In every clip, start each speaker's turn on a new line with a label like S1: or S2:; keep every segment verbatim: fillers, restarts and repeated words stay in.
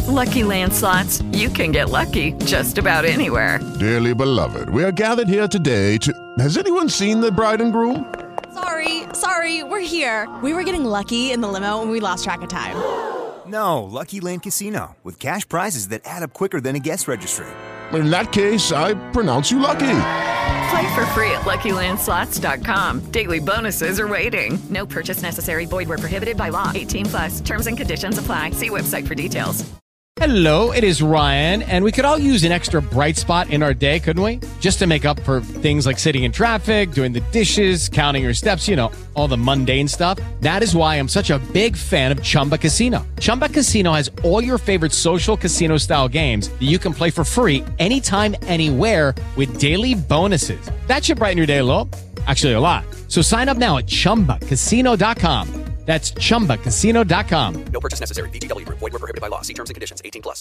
S1: Lucky Land Slots, you can get lucky just about anywhere.
S2: Dearly beloved, we are gathered here today to... Has anyone seen the bride and groom?
S3: Sorry, sorry, we're here. We were getting lucky in the limo and we lost track of time.
S4: No, Lucky Land Casino, with cash prizes that add up quicker than a guest registry.
S2: In that case, I pronounce you lucky.
S1: Play for free at Lucky Land Slots dot com. Daily bonuses are waiting. No purchase necessary. Void where prohibited by law. eighteen plus. Terms and conditions apply. See website for details.
S5: Hello, it is Ryan, and we could all use an extra bright spot in our day, couldn't we? Just to make up for things like sitting in traffic, doing the dishes, counting your steps, you know, all the mundane stuff. That is why I'm such a big fan of Chumba Casino. Chumba Casino has all your favorite social casino-style games that you can play for free anytime, anywhere with daily bonuses. That should brighten your day a little. Actually, a lot. So sign up now at chumba casino dot com. That's chumba casino dot com.
S6: No purchase necessary. V G W Group. Void where prohibited by law. See terms and conditions. eighteen plus.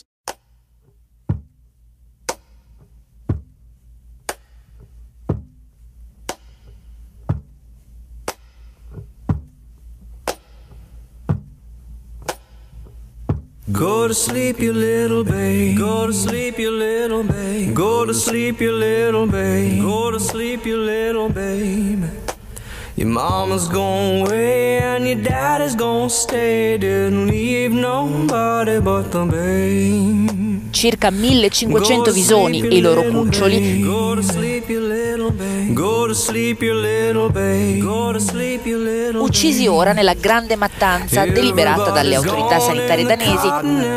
S7: Go to sleep, you little babe. Go to sleep, you little babe. Go to sleep, you little babe. Go to sleep, you little babe. Your mama's gone away and your daddy's gonna stay. Didn't leave nobody but the babe.
S8: Circa millecinquecento visoni e i loro cuccioli, uccisi ora nella grande mattanza deliberata dalle autorità sanitarie danesi.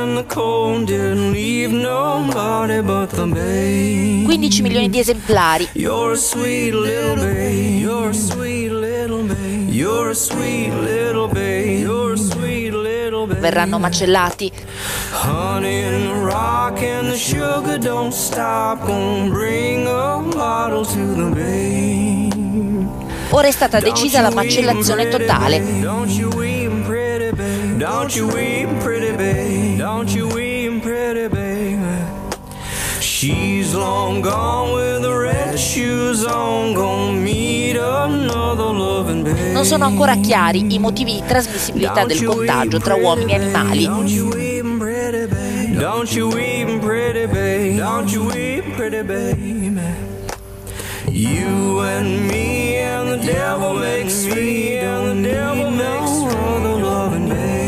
S8: quindici milioni di esemplari.
S7: You're a sweet little babe. You're a sweet little babe. You're a sweet little babe. You're a sweet little babe.
S8: Verranno macellati.
S7: Honey and the rock and the sugar don't stop. Gonna bring a bottle to the babe.
S8: Ora è stata decisa la macellazione totale.
S7: Don't you weep, pretty babe. Don't you weep, pretty babe. Don't you weep, pretty babe. She's long gone with the red shoes on, gonna meet another loving babe.
S8: Non sono ancora chiari i motivi di trasmissibilità del contagio tra uomini e animali.
S7: Don't you weep, pretty babe. Don't you weep, pretty babe. Don't you weep, pretty babe. You and me and the devil makes me and the devil makes another loving babe.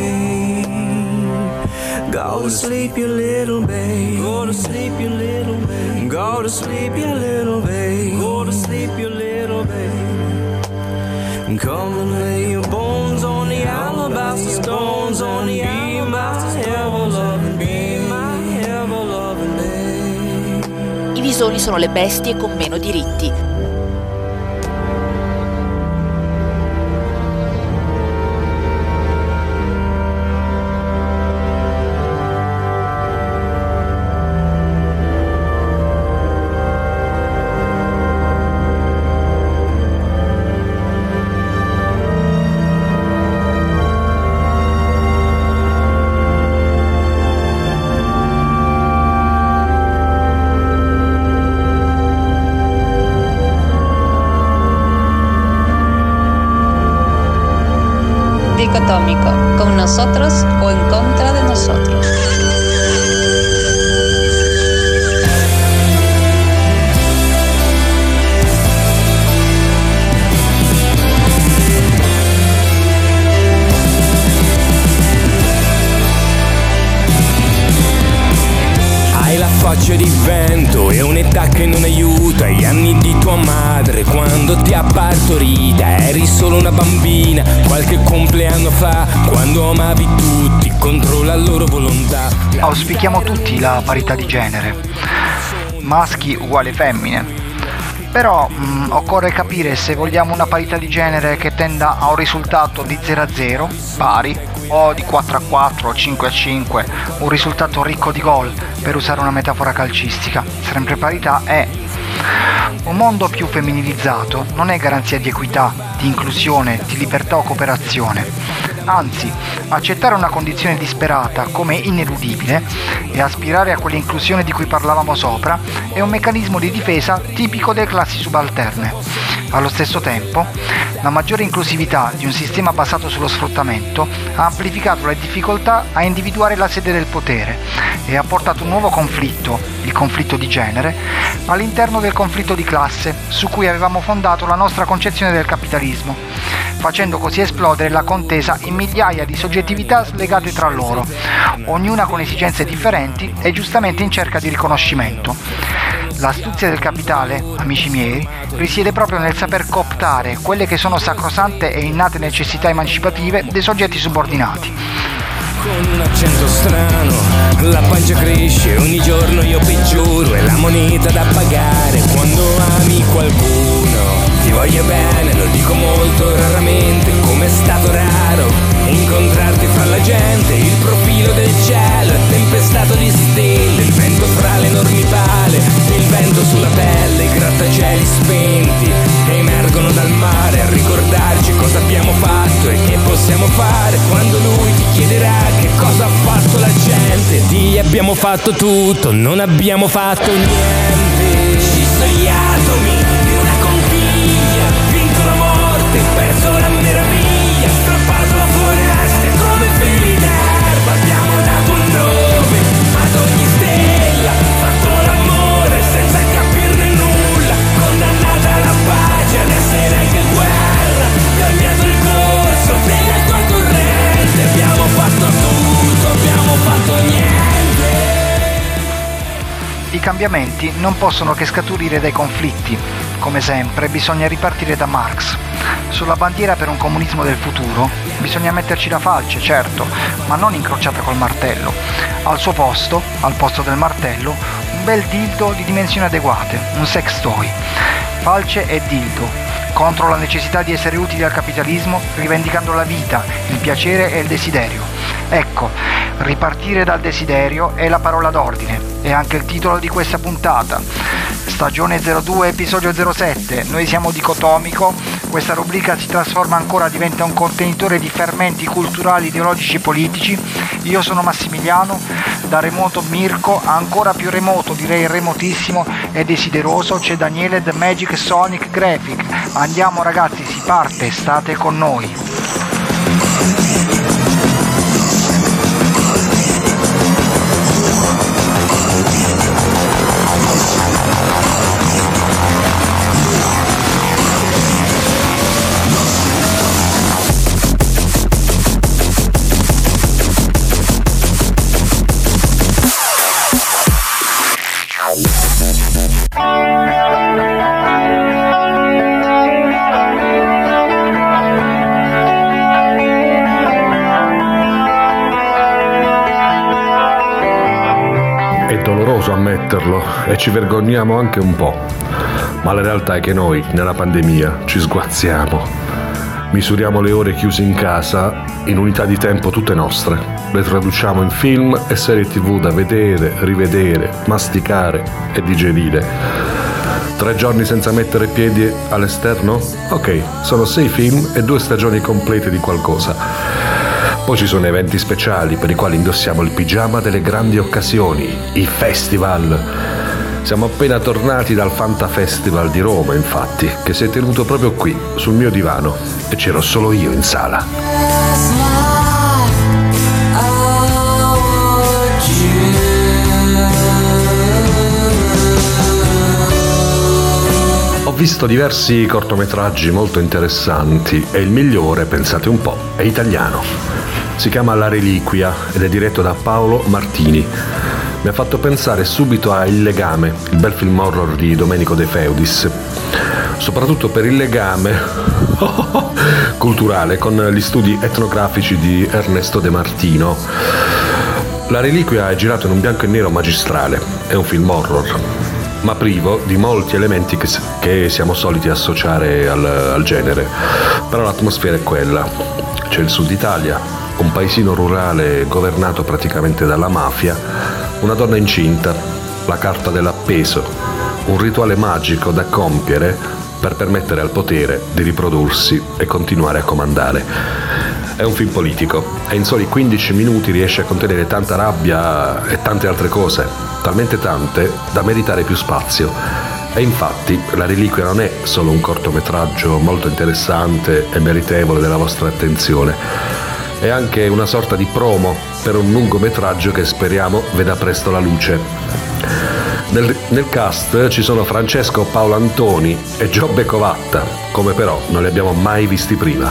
S7: Go to sleep, you little babe. Go to sleep, you little babe. Go to sleep, you little babe. Go to sleep, you little babe. And come and lay your bones on the alabaster stones on the be my ever loving, be my ever loving babe.
S8: I visoni sono le bestie con meno diritti.
S9: Dicotómico, con nosotros o en contra de nosotros.
S7: Hai la faccia di vento e un'età che non aiuta. Gli anni di tua madre quando ti ha partorita. Eri solo una bambina qualche compleanno fa, quando amavi tutti contro la loro volontà.
S10: Auspichiamo tutti la parità di genere, maschi uguali femmine. Però mh, occorre capire se vogliamo una parità di genere che tenda a un risultato di zero a zero, pari, o di quattro a quattro o cinque a cinque, un risultato ricco di gol, per usare una metafora calcistica. Sempre parità è un mondo più femminilizzato, non è garanzia di equità, di inclusione, di libertà o cooperazione. Anzi, accettare una condizione disperata come ineludibile e aspirare a quell'inclusione di cui parlavamo sopra è un meccanismo di difesa tipico delle classi subalterne. Allo stesso tempo, la maggiore inclusività di un sistema basato sullo sfruttamento ha amplificato le difficoltà a individuare la sede del potere e ha portato un nuovo conflitto, il conflitto di genere, all'interno del conflitto di classe su cui avevamo fondato la nostra concezione del capitalismo, facendo così esplodere la contesa in migliaia di soggettività slegate tra loro, ognuna con esigenze differenti e giustamente in cerca di riconoscimento. L'astuzia del capitale, amici miei, risiede proprio nel saper cooptare quelle che sono sacrosante e innate necessità emancipative dei soggetti subordinati.
S7: Con un accento strano, la pancia cresce, ogni giorno io peggioro, è la moneta da pagare quando ami qualcuno. Ti voglio bene, lo dico molto raramente, come è stato raro incontrarti fra la gente, il profilo del cielo è tempestato di stelle, il vento fra le enormi pale, il vento sulla pelle, i grattacieli spenti che emergono dal mare a ricordarci cosa abbiamo fatto e che possiamo fare quando lui ti chiederà che cosa ha fatto la gente. Digli abbiamo fatto tutto, non abbiamo fatto niente. Scisso gli atomi di una conchiglia, vinto la morte, perso la meraviglia, strappato la foresta come fili d'erba, abbiamo dato un nome ad ogni stella, fatto l'amore senza capirne nulla, condannata alla pace ad essere anche guerra, cambiato il corso della tua corrente, abbiamo fatto tutto, abbiamo fatto niente.
S10: I cambiamenti non possono che scaturire dai conflitti. Come sempre, bisogna ripartire da Marx. Sulla bandiera per un comunismo del futuro bisogna metterci la falce, certo, ma non incrociata col martello. Al suo posto, al posto del martello, un bel dildo di dimensioni adeguate, un sex toy. Falce e dildo, contro la necessità di essere utili al capitalismo, rivendicando la vita, il piacere e il desiderio. Ecco, ripartire dal desiderio è la parola d'ordine, è anche il titolo di questa puntata. Stagione zero due, episodio zero sette, noi siamo Dicotomico, questa rubrica si trasforma ancora, diventa un contenitore di fermenti culturali, ideologici e politici. Io sono Massimiliano, da remoto Mirko, ancora più remoto, direi remotissimo e desideroso, c'è Daniele The Magic Sonic Graphic. Andiamo ragazzi, si parte, state con noi.
S11: Ammetterlo, e ci vergogniamo anche un po', ma la realtà è che noi nella pandemia ci sguazziamo, misuriamo le ore chiuse in casa in unità di tempo tutte nostre, le traduciamo in film e serie tv da vedere, rivedere, masticare e digerire. Tre giorni senza mettere piedi all'esterno? Ok, sono sei film e due stagioni complete di qualcosa. Poi ci sono eventi speciali per i quali indossiamo il pigiama delle grandi occasioni, i festival. Siamo appena tornati dal Fanta Festival di Roma, infatti, che si è tenuto proprio qui, sul mio divano, e c'ero solo io in sala. Ho visto diversi cortometraggi molto interessanti e il migliore, pensate un po', è italiano. Si chiama La Reliquia ed è diretto da Paolo Martini. Mi ha fatto pensare subito a Il Legame, il bel film horror di Domenico De Feudis, soprattutto per il legame culturale con gli studi etnografici di Ernesto De Martino. La Reliquia è girato in un bianco e nero magistrale, è un film horror, ma privo di molti elementi che, che siamo soliti associare al, al genere, però l'atmosfera è quella. C'è il sud Italia, un paesino rurale governato praticamente dalla mafia, una donna incinta, la carta dell'appeso, un rituale magico da compiere per permettere al potere di riprodursi e continuare a comandare. È un film politico e in soli quindici minuti riesce a contenere tanta rabbia e tante altre cose, talmente tante da meritare più spazio. E infatti La Reliquia non è solo un cortometraggio molto interessante e meritevole della vostra attenzione, è anche una sorta di promo per un lungometraggio che speriamo veda presto la luce. Nel, nel cast ci sono Francesco Paolo Antoni e Giobbe Covatta, come però non li abbiamo mai visti prima.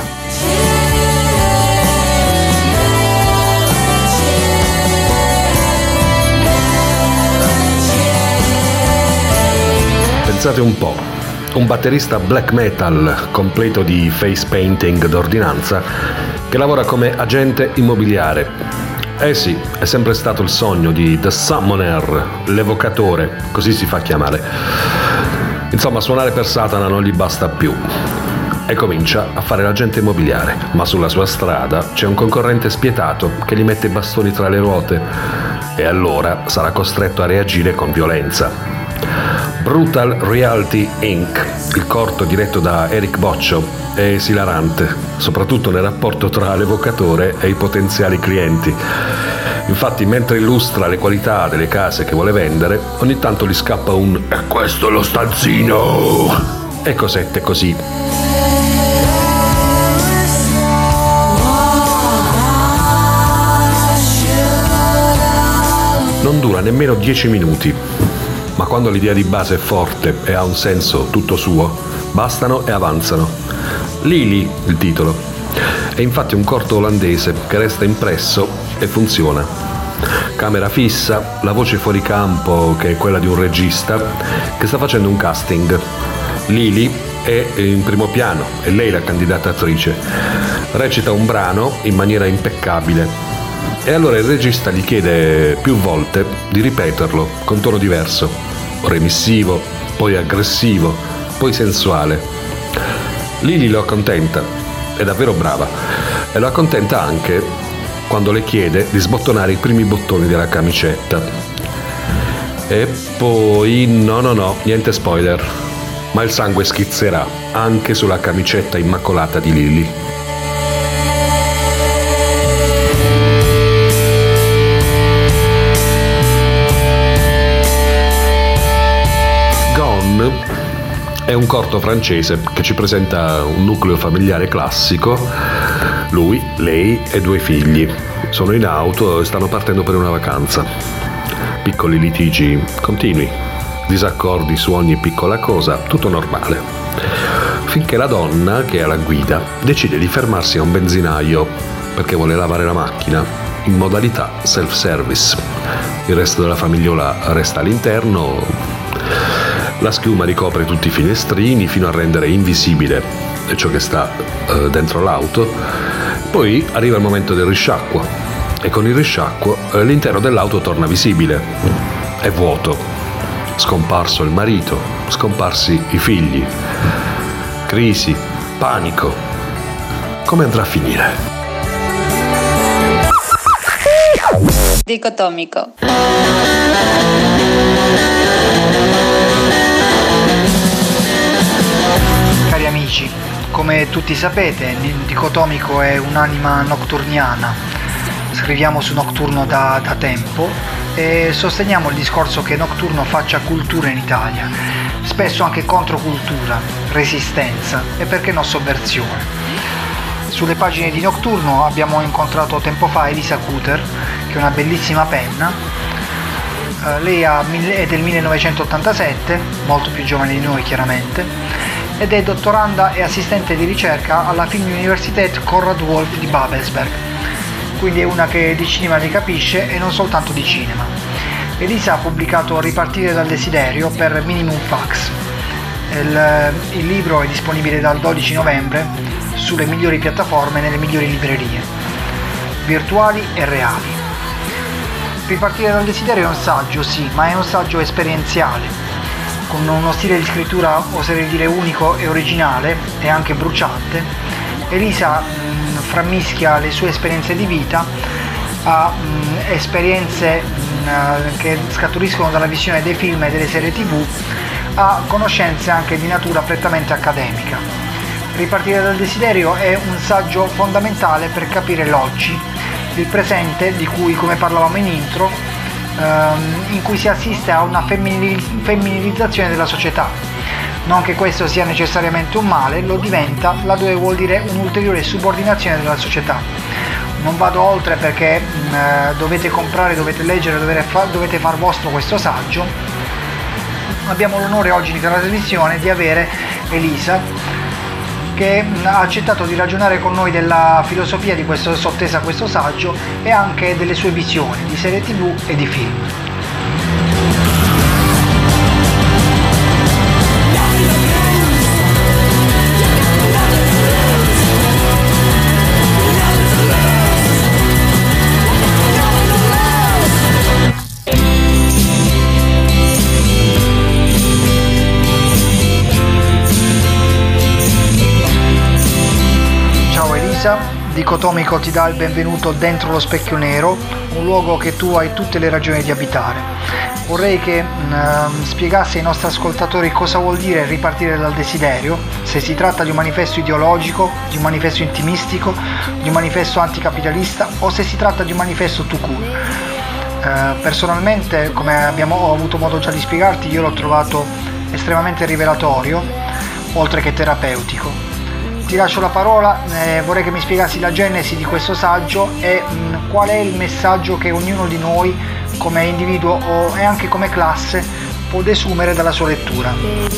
S11: Pensate un po', un batterista black metal completo di face painting d'ordinanza che lavora come agente immobiliare. Eh sì, è sempre stato il sogno di The Summoner, l'evocatore, così si fa chiamare. Insomma, suonare per Satana non gli basta più e comincia a fare l'agente immobiliare, ma sulla sua strada c'è un concorrente spietato che gli mette i bastoni tra le ruote e allora sarà costretto a reagire con violenza. Brutal Reality incorporated, il corto diretto da Eric Boccio, è esilarante, soprattutto nel rapporto tra l'evocatore e i potenziali clienti. Infatti, mentre illustra le qualità delle case che vuole vendere, ogni tanto gli scappa un "e questo è lo stanzino" e cosette così. Non dura nemmeno dieci minuti, ma quando l'idea di base è forte e ha un senso tutto suo, bastano e avanzano. Lili, il titolo, è infatti un corto olandese che resta impresso e funziona. Camera fissa, la voce fuori campo che è quella di un regista che sta facendo un casting. Lili è in primo piano, è lei la candidata attrice. Recita un brano in maniera impeccabile. E allora il regista gli chiede più volte di ripeterlo con tono diverso, remissivo, poi aggressivo, poi sensuale. Lili lo accontenta, è davvero brava, e lo accontenta anche quando le chiede di sbottonare i primi bottoni della camicetta. E poi, no no no, niente spoiler, ma il sangue schizzerà anche sulla camicetta immacolata di Lili. È un corto francese che ci presenta un nucleo familiare classico, lui, lei e due figli. Sono in auto e stanno partendo per una vacanza. Piccoli litigi continui, disaccordi su ogni piccola cosa, tutto normale. Finché la donna, che è alla guida, decide di fermarsi a un benzinaio perché vuole lavare la macchina in modalità self-service. Il resto della famigliola resta all'interno. La schiuma ricopre tutti i finestrini fino a rendere invisibile ciò che sta eh, dentro l'auto. Poi arriva il momento del risciacquo e con il risciacquo eh, l'interno dell'auto torna visibile. È vuoto. Scomparso il marito, scomparsi i figli. Crisi, panico. Come andrà a finire?
S9: Dicotomico.
S10: Cari amici, come tutti sapete, Dicotomico è un'anima nocturniana. Scriviamo su Nocturno da, da tempo e sosteniamo il discorso che Nocturno faccia cultura in Italia, spesso anche controcultura, resistenza e perché no sovversione. Sulle pagine di Nocturno abbiamo incontrato tempo fa Elisa Cuter, che è una bellissima penna. Uh, lei ha, è del millenovecentottantasette, molto più giovane di noi chiaramente, ed è dottoranda e assistente di ricerca alla Filmuniversität Konrad Wolf di Babelsberg, quindi è una che di cinema ne capisce e non soltanto di cinema. Elisa ha pubblicato Ripartire dal desiderio per Minimum Fax. Il, il libro è disponibile dal dodici novembre sulle migliori piattaforme e nelle migliori librerie, virtuali e reali. Ripartire dal desiderio è un saggio, sì, ma è un saggio esperienziale, con uno stile di scrittura, oserei dire, unico e originale e anche bruciante. Elisa mh, frammischia le sue esperienze di vita a mh, esperienze mh, che scaturiscono dalla visione dei film e delle serie tv, a conoscenze anche di natura prettamente accademica. Ripartire dal desiderio è un saggio fondamentale per capire l'oggi, il presente di cui, come parlavamo in intro, ehm, in cui si assiste a una femminilizzazione della società. Non che questo sia necessariamente un male, lo diventa laddove vuol dire un'ulteriore subordinazione della società. Non vado oltre perché mh, dovete comprare, dovete leggere, dovete, fa- dovete far vostro questo saggio. Abbiamo l'onore oggi in trasmissione di avere Elisa, che mh, ha accettato di ragionare con noi della filosofia di questo, sottesa a questo saggio, e anche delle sue visioni di serie tv e di film. Dicotomico ti dà il benvenuto dentro lo specchio nero, un luogo che tu hai tutte le ragioni di abitare. Vorrei che mh, spiegasse ai nostri ascoltatori cosa vuol dire ripartire dal desiderio, se si tratta di un manifesto ideologico, di un manifesto intimistico, di un manifesto anticapitalista o se si tratta di un manifesto tout court. Eh, personalmente, come abbiamo ho avuto modo già di spiegarti, io l'ho trovato estremamente rivelatorio, oltre che terapeutico. Ti lascio la parola, eh, vorrei che mi spiegassi la genesi di questo saggio e mh, qual è il messaggio che ognuno di noi come individuo o, e anche come classe può desumere dalla sua lettura.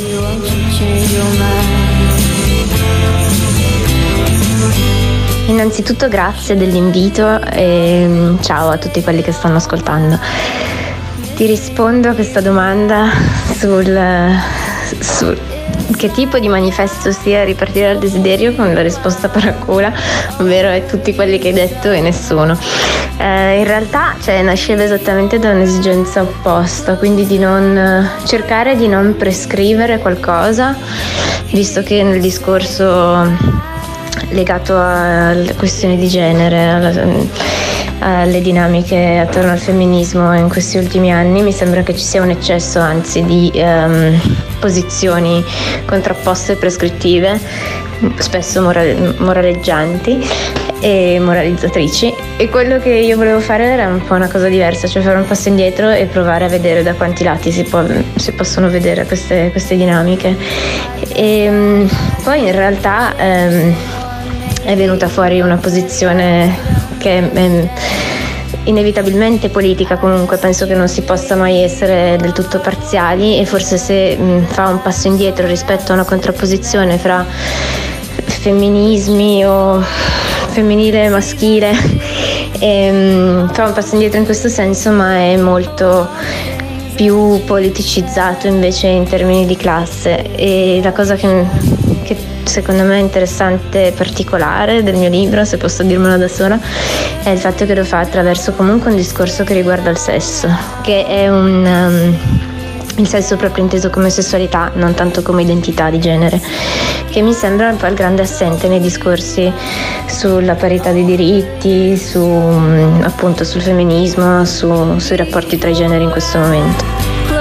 S12: Innanzitutto grazie dell'invito e ciao a tutti quelli che stanno ascoltando. Ti rispondo a questa domanda sul, sul che tipo di manifesto sia ripartire dal desiderio con la risposta paracula, ovvero è tutti quelli che hai detto e nessuno. Eh, in realtà cioè, nasceva esattamente da un'esigenza opposta, quindi di non cercare di non prescrivere qualcosa, visto che nel discorso legato alle questioni di genere, alla, alle dinamiche attorno al femminismo in questi ultimi anni mi sembra che ci sia un eccesso anzi di um, posizioni contrapposte e prescrittive, spesso moral- moraleggianti e moralizzatrici, e quello che io volevo fare era un po' una cosa diversa, cioè fare un passo indietro e provare a vedere da quanti lati si, può, si possono vedere queste, queste dinamiche. E um, poi in realtà um, è venuta fuori una posizione che è inevitabilmente politica, comunque penso che non si possa mai essere del tutto parziali, e forse se mh, fa un passo indietro rispetto a una contrapposizione fra femminismi o femminile e maschile e, mh, fa un passo indietro in questo senso, ma è molto più politicizzato invece in termini di classe. E la cosa che, che secondo me è interessante e particolare del mio libro, se posso dirmelo da sola, è il fatto che lo fa attraverso comunque un discorso che riguarda il sesso, che è un um, il sesso proprio inteso come sessualità, non tanto come identità di genere, che mi sembra un po' il grande assente nei discorsi sulla parità dei diritti, su appunto sul femminismo, su, sui rapporti tra i generi in questo momento.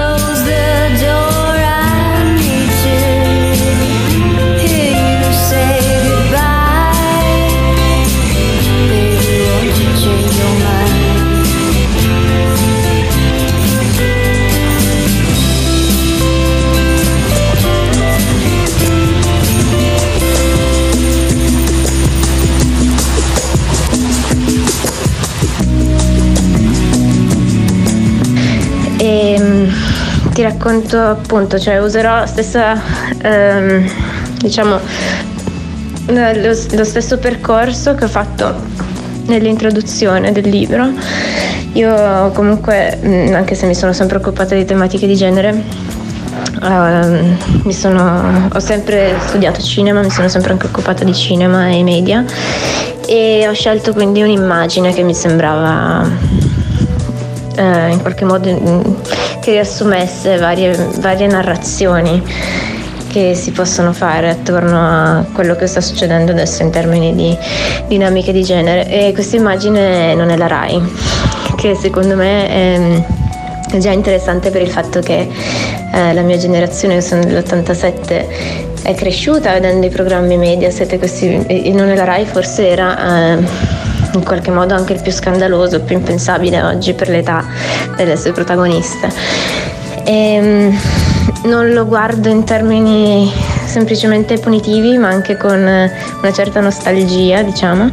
S12: Ti racconto appunto, cioè userò la stessa, ehm, diciamo, lo, lo stesso percorso che ho fatto nell'introduzione del libro. Io comunque, anche se mi sono sempre occupata di tematiche di genere, ehm, mi sono, ho sempre studiato cinema, mi sono sempre anche occupata di cinema e media, e ho scelto quindi un'immagine che mi sembrava eh, in qualche modo che riassumesse varie, varie narrazioni che si possono fare attorno a quello che sta succedendo adesso in termini di dinamiche di genere. E questa immagine non è la Rai, che secondo me è, è già interessante per il fatto che eh, la mia generazione, io sono dell'ottantasette, è cresciuta vedendo i programmi Mediaset e, questi, e non è la Rai, forse era... Eh, in qualche modo anche il più scandaloso, il più impensabile oggi per l'età delle sue protagoniste. E non lo guardo in termini semplicemente punitivi, ma anche con una certa nostalgia, diciamo,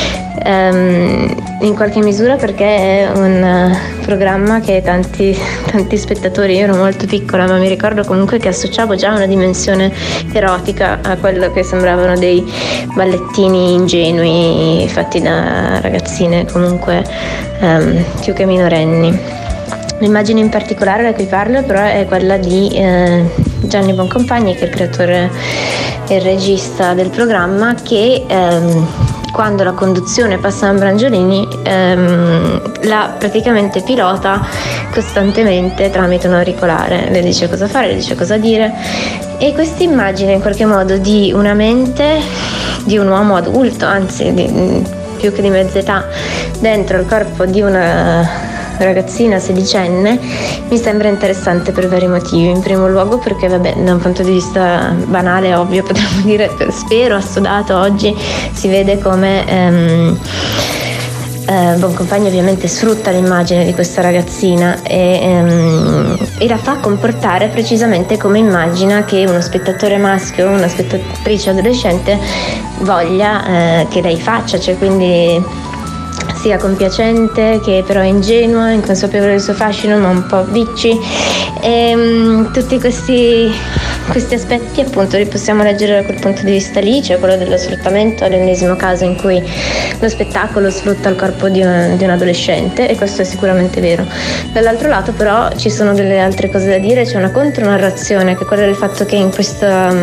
S12: ehm, in qualche misura, perché è un programma che tanti, tanti spettatori, io ero molto piccola, ma mi ricordo comunque che associavo già una dimensione erotica a quello che sembravano dei ballettini ingenui fatti da ragazzine comunque ehm, più che minorenni. L'immagine in particolare da cui parlo però è quella di eh, Gianni Boncompagni, che è il creatore e il regista del programma, che ehm, quando la conduzione passa a Brangiolini ehm, la praticamente pilota costantemente tramite un auricolare, le dice cosa fare, le dice cosa dire, e questa immagine in qualche modo di una mente di un uomo adulto, anzi di, più che di mezza età, dentro il corpo di una ragazzina sedicenne, mi sembra interessante per vari motivi. In primo luogo perché, vabbè, da un punto di vista banale, ovvio, potremmo dire, spero assodato, oggi si vede come ehm, eh, Boncompagni ovviamente sfrutta l'immagine di questa ragazzina e, ehm, e la fa comportare precisamente come immagina che uno spettatore maschio o una spettatrice adolescente voglia eh, che lei faccia, cioè quindi sia compiacente, che però è ingenua, inconsapevole del suo fascino, ma un po' vicci. E um, tutti questi, questi aspetti appunto li possiamo leggere da quel punto di vista lì, cioè quello dello sfruttamento, l'ennesimo caso in cui lo spettacolo sfrutta il corpo di un, di un adolescente, e questo è sicuramente vero. Dall'altro lato però ci sono delle altre cose da dire, c'è una contronarrazione, che è quella del fatto che in questo,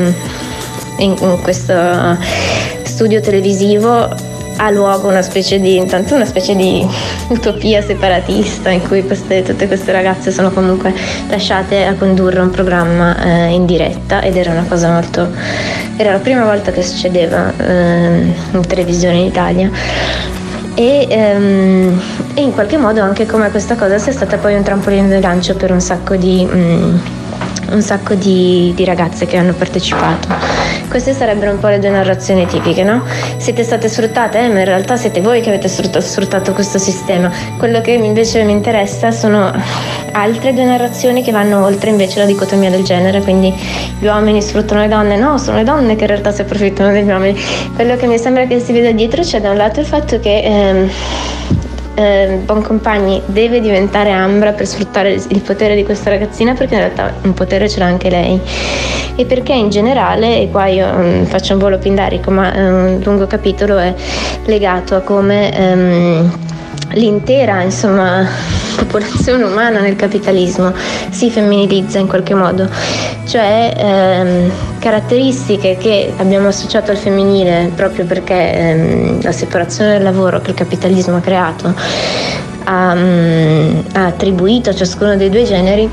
S12: in, in questo studio televisivo ha luogo una specie di, intanto una specie di utopia separatista in cui queste, tutte queste ragazze sono comunque lasciate a condurre un programma eh, in diretta, ed era una cosa molto, era la prima volta che succedeva eh, in televisione in Italia. E, ehm, e in qualche modo anche come questa cosa sia stata poi un trampolino di lancio per un sacco di mm, un sacco di, di ragazze che hanno partecipato. Queste sarebbero un po' le due narrazioni tipiche, no? Siete state sfruttate, eh, ma in realtà siete voi che avete sfruttato, sfruttato questo sistema. Quello che invece mi interessa sono altre due narrazioni che vanno oltre invece la dicotomia del genere, quindi gli uomini sfruttano le donne, no, sono le donne che in realtà si approfittano degli uomini. Quello che mi sembra che si veda dietro c'è da un lato il fatto che ehm, Eh, Boncompagni deve diventare Ambra per sfruttare il potere di questa ragazzina, perché in realtà un potere ce l'ha anche lei, e perché in generale, e qua io um, faccio un volo pindarico, ma un lungo capitolo è legato a come um, l'intera insomma popolazione umana nel capitalismo si femminilizza in qualche modo, cioè ehm, caratteristiche che abbiamo associato al femminile proprio perché ehm, la separazione del lavoro che il capitalismo ha creato ha, um, ha attribuito a ciascuno dei due generi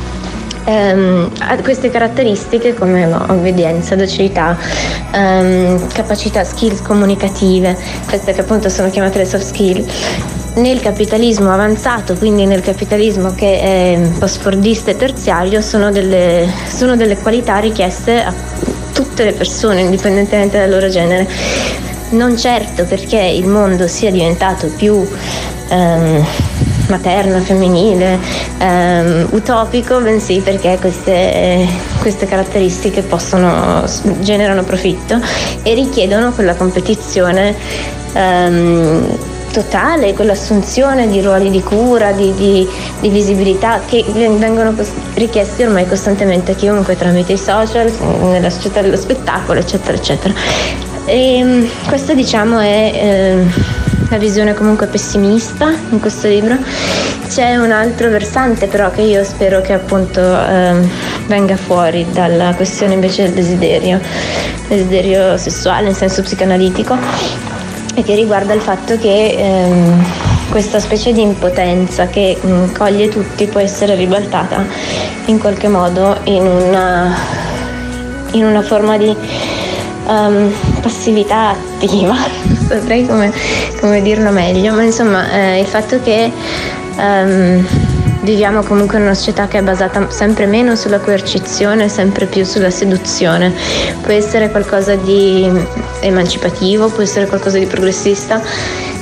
S12: ehm, a queste caratteristiche come no, obbedienza, docilità, ehm, capacità, skills comunicative, queste che appunto sono chiamate le soft skill. Nel capitalismo avanzato, quindi nel capitalismo che è post-fordista e terziario, sono delle, sono delle qualità richieste a tutte le persone, indipendentemente dal loro genere. Non certo perché il mondo sia diventato più ehm, materno, femminile, ehm, utopico, bensì perché queste, queste caratteristiche possono, generano profitto e richiedono quella competizione ehm, totale, quell'assunzione di ruoli di cura, di, di, di visibilità che vengono richiesti ormai costantemente a chiunque tramite i social, nella società dello spettacolo, eccetera, eccetera. E questa, diciamo, è eh, la visione comunque pessimista in questo libro. C'è un altro versante però che io spero che appunto eh, venga fuori dalla questione invece del desiderio, desiderio sessuale in senso psicanalitico, e che riguarda il fatto che ehm, questa specie di impotenza che mh, coglie tutti può essere ribaltata in qualche modo in una, in una forma di um, passività attiva, non saprei come, come dirlo meglio, ma insomma eh, il fatto che um, viviamo comunque in una società che è basata sempre meno sulla coercizione, sempre più sulla seduzione. Può essere qualcosa di emancipativo, può essere qualcosa di progressista,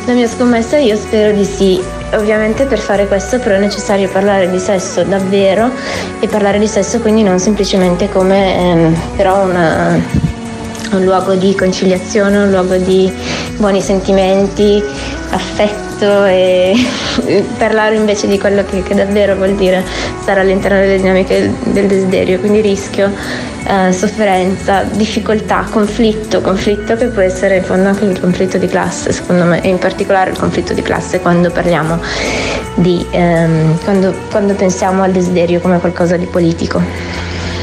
S12: La mia scommessa io spero di sì. Ovviamente per fare questo però è necessario parlare di sesso davvero e parlare di sesso quindi non semplicemente come ehm, però una, un luogo di conciliazione, un luogo di buoni sentimenti, affetto e parlare invece di quello che, che davvero vuol dire stare all'interno delle dinamiche del, del desiderio, quindi rischio, eh, sofferenza, difficoltà, conflitto, conflitto che può essere in fondo anche il conflitto di classe secondo me, e in particolare il conflitto di classe quando parliamo di, ehm, quando, quando pensiamo al desiderio come qualcosa di politico.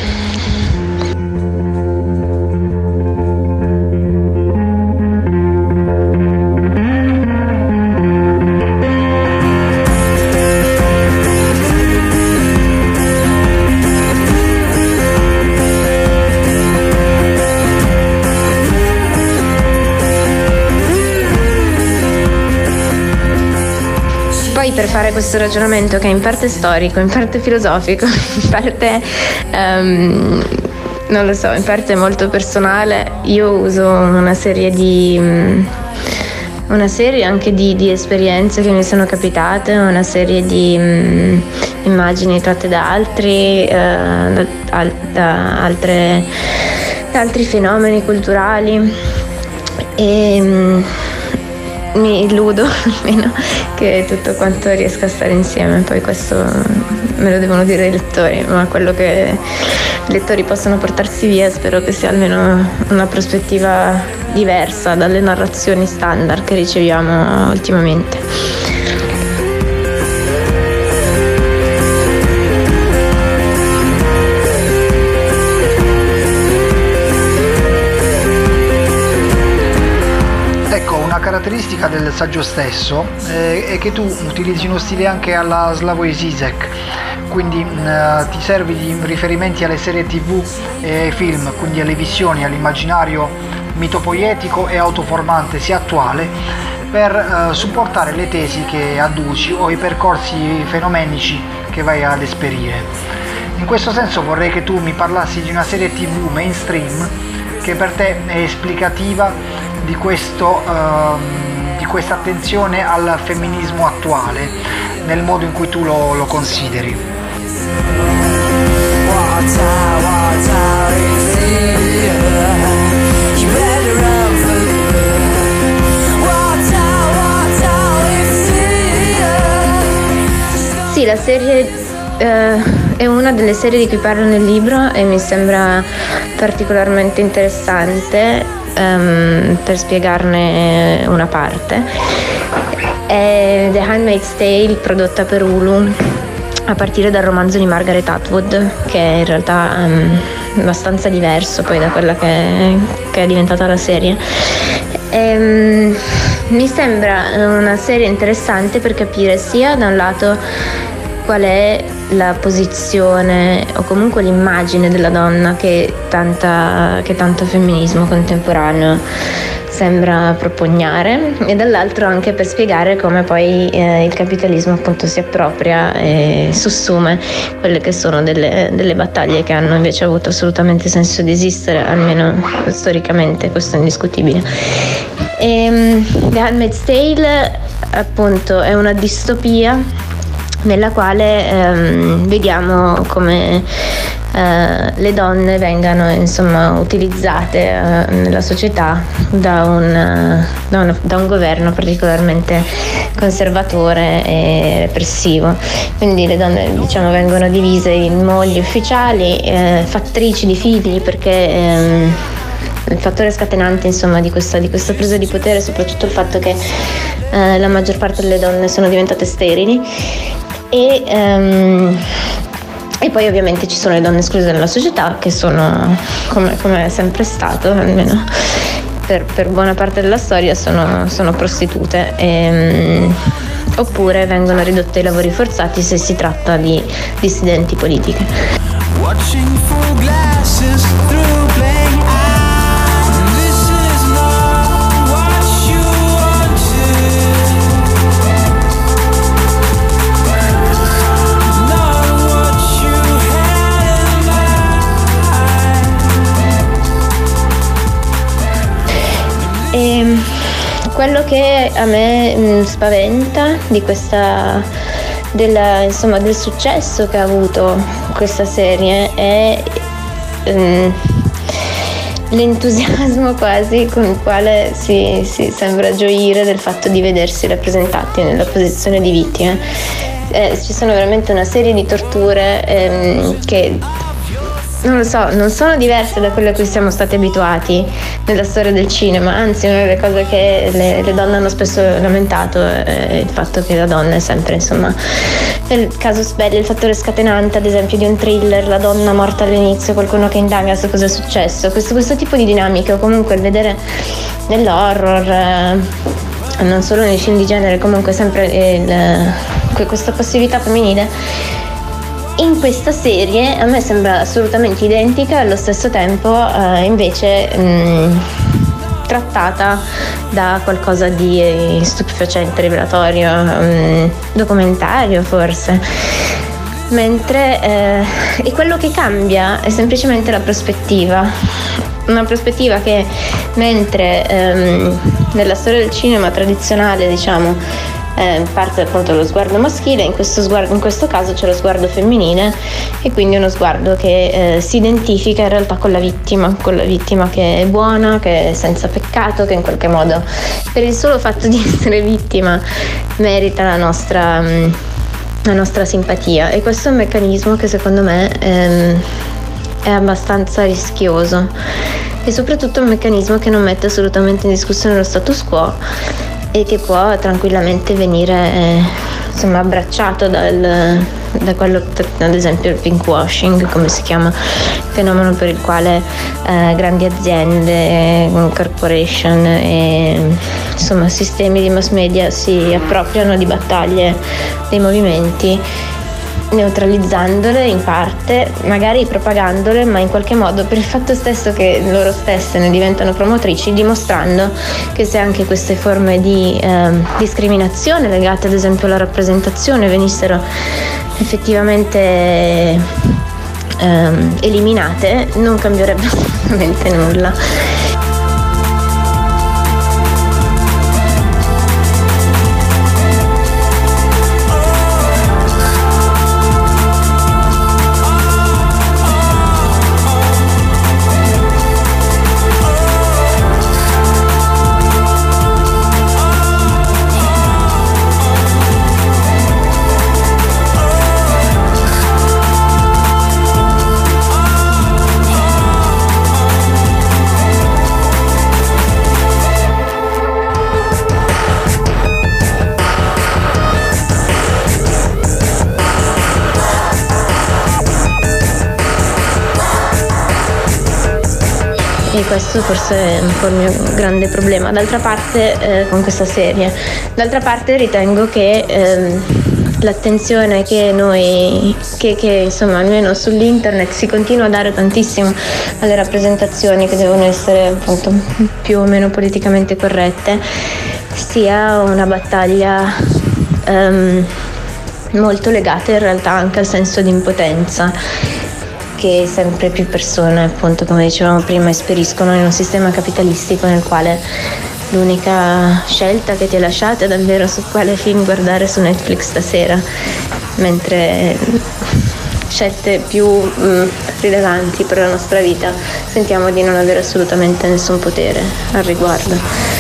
S12: Per fare questo ragionamento che è in parte storico, in parte filosofico, in parte um, non lo so, in parte molto personale, io uso una serie di um, una serie anche di, di esperienze che mi sono capitate, una serie di um, immagini tratte da altri, uh, da, da, altre, da altri fenomeni culturali e um, mi illudo almeno che tutto quanto riesca a stare insieme, poi questo me lo devono dire i lettori, ma quello che i lettori possono portarsi via spero che sia almeno una prospettiva diversa dalle narrazioni standard che riceviamo ultimamente.
S10: Caratteristica del saggio stesso eh, è che tu utilizzi uno stile anche alla Slavoj Žižek, quindi eh, ti servi di riferimenti alle serie tv e ai film, quindi alle visioni, all'immaginario mitopoietico e autoformante sia attuale per eh, supportare le tesi che adduci o i percorsi fenomenici che vai ad esperire. In questo senso vorrei che tu mi parlassi di una serie tv mainstream che per te è esplicativa di questo uh, di questa attenzione al femminismo attuale nel modo in cui tu lo, lo consideri.
S12: Sì, la serie uh, è una delle serie di cui parlo nel libro e mi sembra particolarmente interessante. Um, per spiegarne una parte, è The Handmaid's Tale, prodotta per Hulu a partire dal romanzo di Margaret Atwood, che è in realtà um, abbastanza diverso poi da quella che, che è diventata la serie. E, um, mi sembra una serie interessante per capire sia da un lato qual è la posizione o comunque l'immagine della donna che, tanta, che tanto femminismo contemporaneo sembra propugnare, e dall'altro anche per spiegare come poi eh, il capitalismo appunto si appropria e sussume quelle che sono delle, delle battaglie che hanno invece avuto assolutamente senso di esistere, almeno storicamente, questo è indiscutibile. E, The Handmaid's Tale appunto è una distopia nella quale ehm, vediamo come eh, le donne vengano insomma utilizzate eh, nella società da un, da, un, da un governo particolarmente conservatore e repressivo. Quindi le donne diciamo vengono divise in mogli ufficiali, eh, fattrici di figli, perché ehm, il fattore scatenante insomma di questa, di questa presa di potere è soprattutto il fatto che eh, la maggior parte delle donne sono diventate sterili. E, um, e poi ovviamente ci sono le donne escluse dalla società, che sono, come, come è sempre stato, almeno per, per buona parte della storia, sono, sono prostitute, e, um, oppure vengono ridotte ai lavori forzati se si tratta di dissidenti politiche. quello che a me mh, spaventa di questa della, insomma, del successo che ha avuto questa serie è mh, l'entusiasmo quasi con il quale si, si sembra gioire del fatto di vedersi rappresentati nella posizione di vittime. Eh, ci sono veramente una serie di torture ehm, che non lo so, non sono diverse da quelle a cui siamo stati abituati nella storia del cinema, anzi una delle cose che le, le donne hanno spesso lamentato è il fatto che la donna è sempre, insomma, il casus belli, il fattore scatenante ad esempio di un thriller, la donna morta all'inizio, qualcuno che indaga su cosa è successo, questo, questo tipo di dinamiche, o comunque il vedere nell'horror, eh, non solo nei film di genere, comunque sempre il, questa passività femminile. In questa serie a me sembra assolutamente identica e allo stesso tempo eh, invece mh, trattata da qualcosa di stupefacente, rivelatorio, mh, documentario forse. Mentre eh, e quello che cambia è semplicemente la prospettiva. Una prospettiva che mentre ehm, nella storia del cinema tradizionale, diciamo, Eh, parte appunto dallo sguardo maschile, in questo, sguardo, in questo caso c'è lo sguardo femminile e quindi uno sguardo che eh, si identifica in realtà con la vittima, con la vittima che è buona, che è senza peccato, che in qualche modo per il solo fatto di essere vittima merita la nostra, mh, la nostra simpatia, e questo è un meccanismo che secondo me ehm, è abbastanza rischioso e soprattutto è un meccanismo che non mette assolutamente in discussione lo status quo e che può tranquillamente venire eh, insomma abbracciato dal, da quello, ad esempio il pinkwashing, come si chiama, fenomeno per il quale eh, grandi aziende, corporation e insomma sistemi di mass media si appropriano di battaglie dei movimenti, neutralizzandole in parte, magari propagandole, ma in qualche modo per il fatto stesso che loro stesse ne diventano promotrici, dimostrando che se anche queste forme di eh, discriminazione legate ad esempio alla rappresentazione venissero effettivamente eh, eliminate, non cambierebbe assolutamente nulla. E questo forse è un po' il mio grande problema. D'altra parte eh, con questa serie, d'altra parte ritengo che eh, l'attenzione che noi, che, che insomma almeno sull'internet si continua a dare tantissimo alle rappresentazioni che devono essere appunto più o meno politicamente corrette, sia una battaglia ehm, molto legata in realtà anche al senso di impotenza che sempre più persone, appunto come dicevamo prima, esperiscono in un sistema capitalistico nel quale l'unica scelta che ti è lasciata è davvero su quale film guardare su Netflix stasera, mentre scelte più mh, rilevanti per la nostra vita sentiamo di non avere assolutamente nessun potere al riguardo.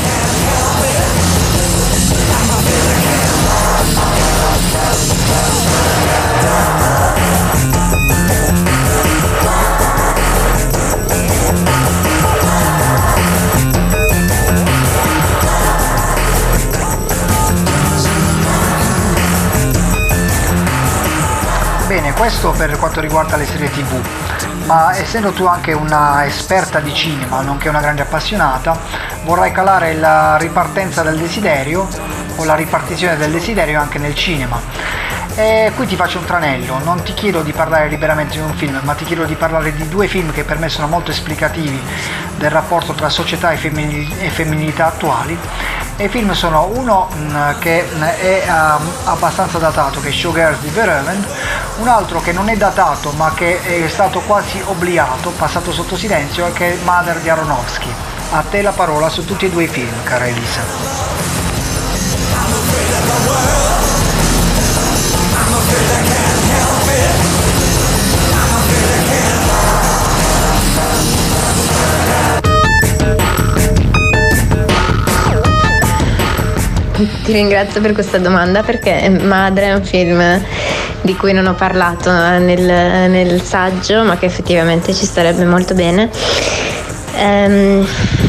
S10: Questo per quanto riguarda le serie tv, ma essendo tu anche una esperta di cinema, nonché una grande appassionata, vorrai calare la ripartenza del desiderio o la ripartizione del desiderio anche nel cinema. E qui ti faccio un tranello, non ti chiedo di parlare liberamente di un film, ma ti chiedo di parlare di due film che per me sono molto esplicativi del rapporto tra società e, femminil- e femminilità attuali. E i film sono uno mh, che è um, abbastanza datato, che è Showgirls di Verhoeven, un altro che non è datato ma che è stato quasi obbliato, passato sotto silenzio, che è Mother di Aronofsky. A te la parola su tutti e due i film, cara Elisa.
S12: Ti ringrazio per questa domanda, perché Madre è un film di cui non ho parlato nel, nel saggio, ma che effettivamente ci starebbe molto bene. Um,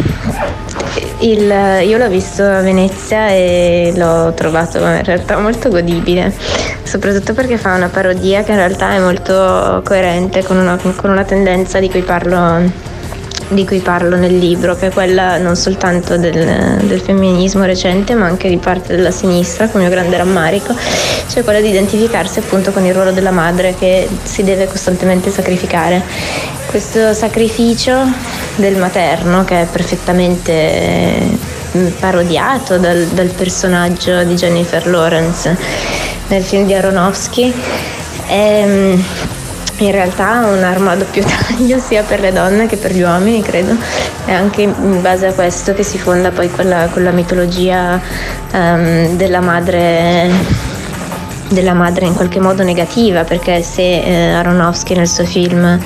S12: il, io l'ho visto a Venezia e l'ho trovato in realtà molto godibile, soprattutto perché fa una parodia che in realtà è molto coerente con una, con una tendenza di cui parlo di cui parlo nel libro, che è quella non soltanto del, del femminismo recente, ma anche di parte della sinistra, con mio grande rammarico, cioè quella di identificarsi appunto con il ruolo della madre che si deve costantemente sacrificare. Questo sacrificio del materno, che è perfettamente parodiato dal, dal personaggio di Jennifer Lawrence nel film di Aronofsky, è in realtà un'arma a doppio taglio sia per le donne che per gli uomini, credo. È anche in base a questo che si fonda poi quella, quella mitologia um, della madre della madre in qualche modo negativa, perché se eh, Aronofsky nel suo film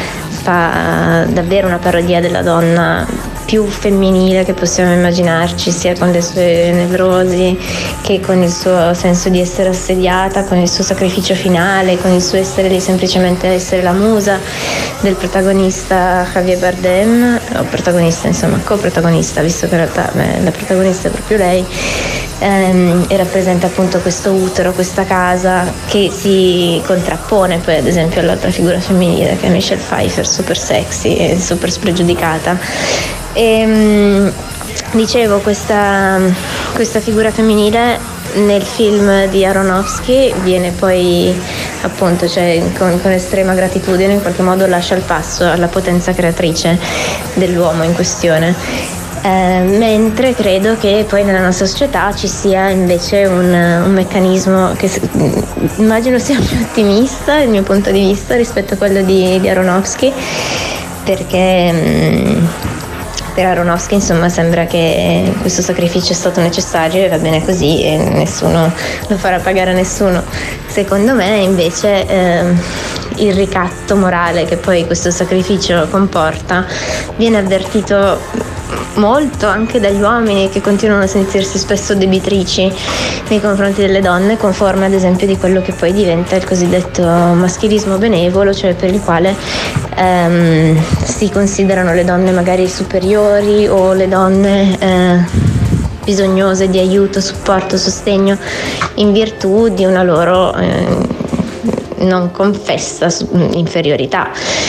S12: fa uh, davvero una parodia della donna più femminile che possiamo immaginarci, sia con le sue nevrosi che con il suo senso di essere assediata, con il suo sacrificio finale, con il suo essere lì semplicemente essere la musa del protagonista Javier Bardem, o protagonista insomma, coprotagonista, visto che in realtà beh, la protagonista è proprio lei, ehm, e rappresenta appunto questo utero, questa casa, che si contrappone poi ad esempio all'altra figura femminile che è Michelle Pfeiffer, super sexy e super spregiudicata. E, dicevo, questa, questa figura femminile nel film di Aronofsky viene poi appunto, cioè, con, con estrema gratitudine in qualche modo lascia il passo alla potenza creatrice dell'uomo in questione. Eh, mentre credo che poi nella nostra società ci sia invece un, un meccanismo che immagino sia più ottimista dal mio punto di vista rispetto a quello di, di Aronofsky, perché mh, per Aronofsky insomma sembra che questo sacrificio è stato necessario e va bene così e nessuno lo farà pagare a nessuno. Secondo me invece eh, il ricatto morale che poi questo sacrificio comporta viene avvertito molto anche dagli uomini, che continuano a sentirsi spesso debitrici nei confronti delle donne, conforme ad esempio di quello che poi diventa il cosiddetto maschilismo benevolo, cioè per il quale ehm, si considerano le donne magari superiori o le donne eh, bisognose di aiuto, supporto, sostegno in virtù di una loro eh, non confessa inferiorità,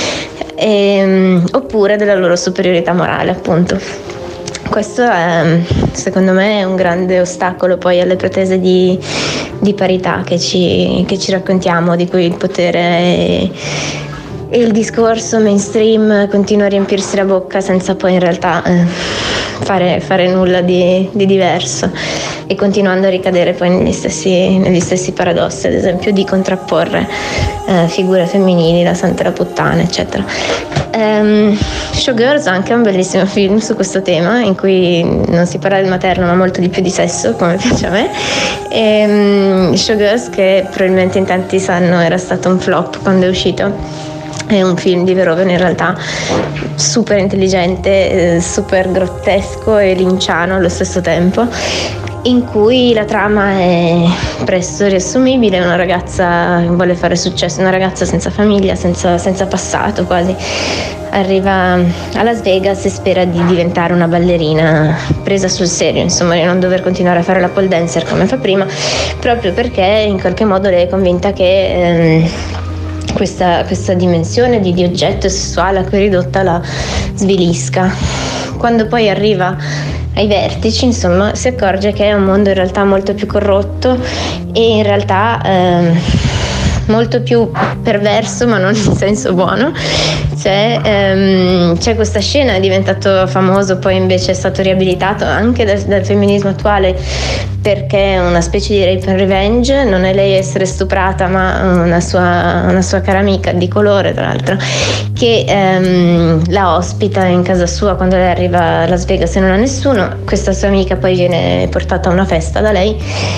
S12: e, oppure della loro superiorità morale, appunto. Questo è, secondo me, è un grande ostacolo poi alle pretese di, di parità che ci, che ci raccontiamo, di cui il potere e, e il discorso mainstream continua a riempirsi la bocca senza poi in realtà eh, fare, fare nulla di, di diverso, e continuando a ricadere poi negli stessi, negli stessi paradossi, ad esempio di contrapporre eh, figure femminili, la santa e la puttana, eccetera. Um, Showgirls anche è un bellissimo film su questo tema, in cui non si parla del materno ma molto di più di sesso, come piace a me. E, um, Showgirls, che probabilmente in tanti sanno era stato un flop quando è uscito, è un film di Verhoeven in realtà super intelligente, eh, super grottesco e linciano allo stesso tempo, in cui la trama è presto riassumibile. Una ragazza che vuole fare successo, una ragazza senza famiglia, senza, senza passato quasi, arriva a Las Vegas e spera di diventare una ballerina presa sul serio, insomma, di non dover continuare a fare la pole dancer come fa prima, proprio perché in qualche modo lei è convinta che ehm, questa, questa dimensione di, di oggetto sessuale a cui è ridotta la svilisca. Quando poi arriva ai vertici, insomma, si accorge che è un mondo in realtà molto più corrotto e in realtà eh, molto più perverso, ma non in senso buono. C'è, ehm, c'è questa scena, è diventato famoso, poi invece è stato riabilitato anche dal, dal femminismo attuale, perché è una specie di rape and revenge. Non è lei a essere stuprata, ma una sua, una sua cara amica di colore, tra l'altro, che ehm, la ospita in casa sua quando lei arriva a Las Vegas e non ha nessuno. Questa sua amica poi viene portata a una festa da lei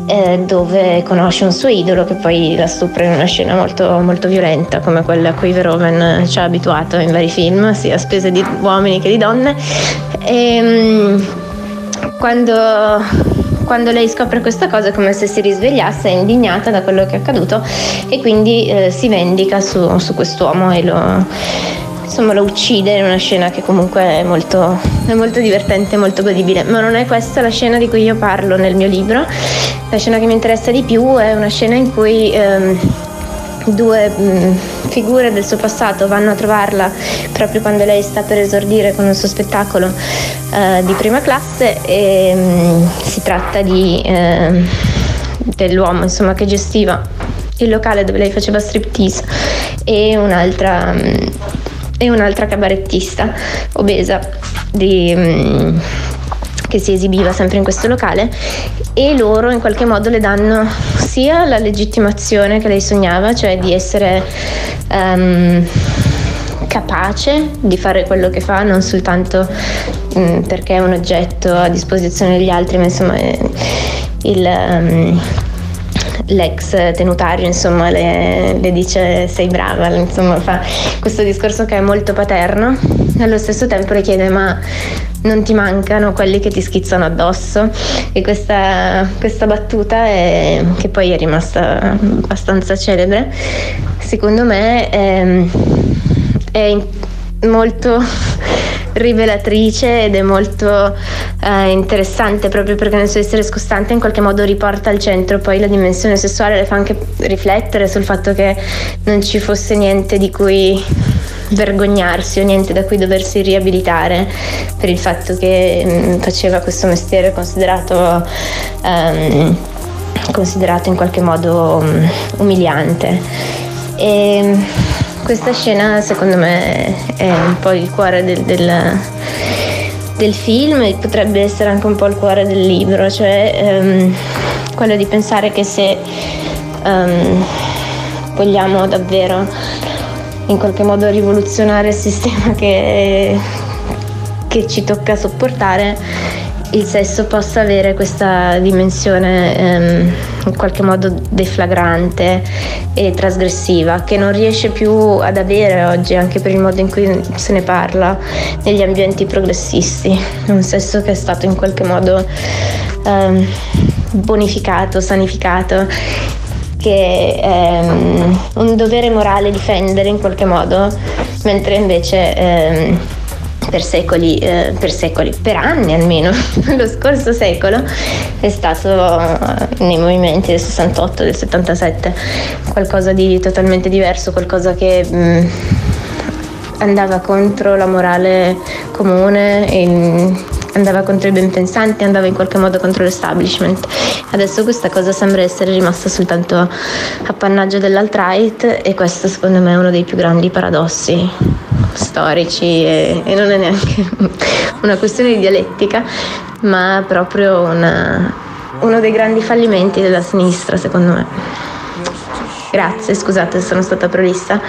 S12: eh, dove conosce un suo idolo che poi la stupra in una scena molto, molto violenta, come quella a cui Verhoeven ci ha abituato in vari film, sia a spese di uomini che di donne. E quando, quando lei scopre questa cosa è come se si risvegliasse, è indignata da quello che è accaduto e quindi eh, si vendica su, su quest'uomo e lo, insomma, lo uccide in una scena che comunque è molto, è molto divertente, molto godibile. Ma non è questa la scena di cui io parlo nel mio libro. La scena che mi interessa di più è una scena in cui ehm, due mh, figure del suo passato vanno a trovarla proprio quando lei sta per esordire con il suo spettacolo eh, di prima classe e mh, si tratta di eh, dell'uomo, insomma, che gestiva il locale dove lei faceva striptease e un'altra mh, e un'altra cabarettista obesa di mh, che si esibiva sempre in questo locale, e loro in qualche modo le danno sia la legittimazione che lei sognava, cioè di essere um, capace di fare quello che fa, non soltanto um, perché è un oggetto a disposizione degli altri, ma insomma è il um, l'ex tenutario, insomma, le, le dice sei brava, insomma fa questo discorso che è molto paterno. Allo stesso tempo le chiede ma non ti mancano quelli che ti schizzano addosso? E questa, questa battuta è, che poi è rimasta abbastanza celebre, secondo me è, è molto rivelatrice ed è molto eh, interessante, proprio perché nel suo essere scostante in qualche modo riporta al centro poi la dimensione sessuale, le fa anche riflettere sul fatto che non ci fosse niente di cui vergognarsi o niente da cui doversi riabilitare per il fatto che mh, faceva questo mestiere considerato um, considerato in qualche modo um, umiliante. E questa scena secondo me è un po' il cuore del, del, del film e potrebbe essere anche un po' il cuore del libro, cioè um, quello di pensare che se um, vogliamo davvero in qualche modo rivoluzionare il sistema che, che ci tocca sopportare, il sesso possa avere questa dimensione ehm, in qualche modo deflagrante e trasgressiva, che non riesce più ad avere oggi, anche per il modo in cui se ne parla negli ambienti progressisti. Un sesso che è stato in qualche modo ehm, bonificato, sanificato, che è um, un dovere morale difendere in qualche modo, mentre invece ehm, per secoli, eh, per secoli, per anni almeno, lo scorso secolo è stato uh, nei movimenti del sessantotto, del settantasette, qualcosa di totalmente diverso, qualcosa che mh, andava contro la morale comune e mh, andava contro i benpensanti, andava in qualche modo contro l'establishment. Adesso questa cosa sembra essere rimasta soltanto appannaggio dell'alt-right e questo secondo me è uno dei più grandi paradossi storici e, e non è neanche una questione di dialettica, ma proprio una, uno dei grandi fallimenti della sinistra secondo me. Grazie, scusate se sono stata prolissa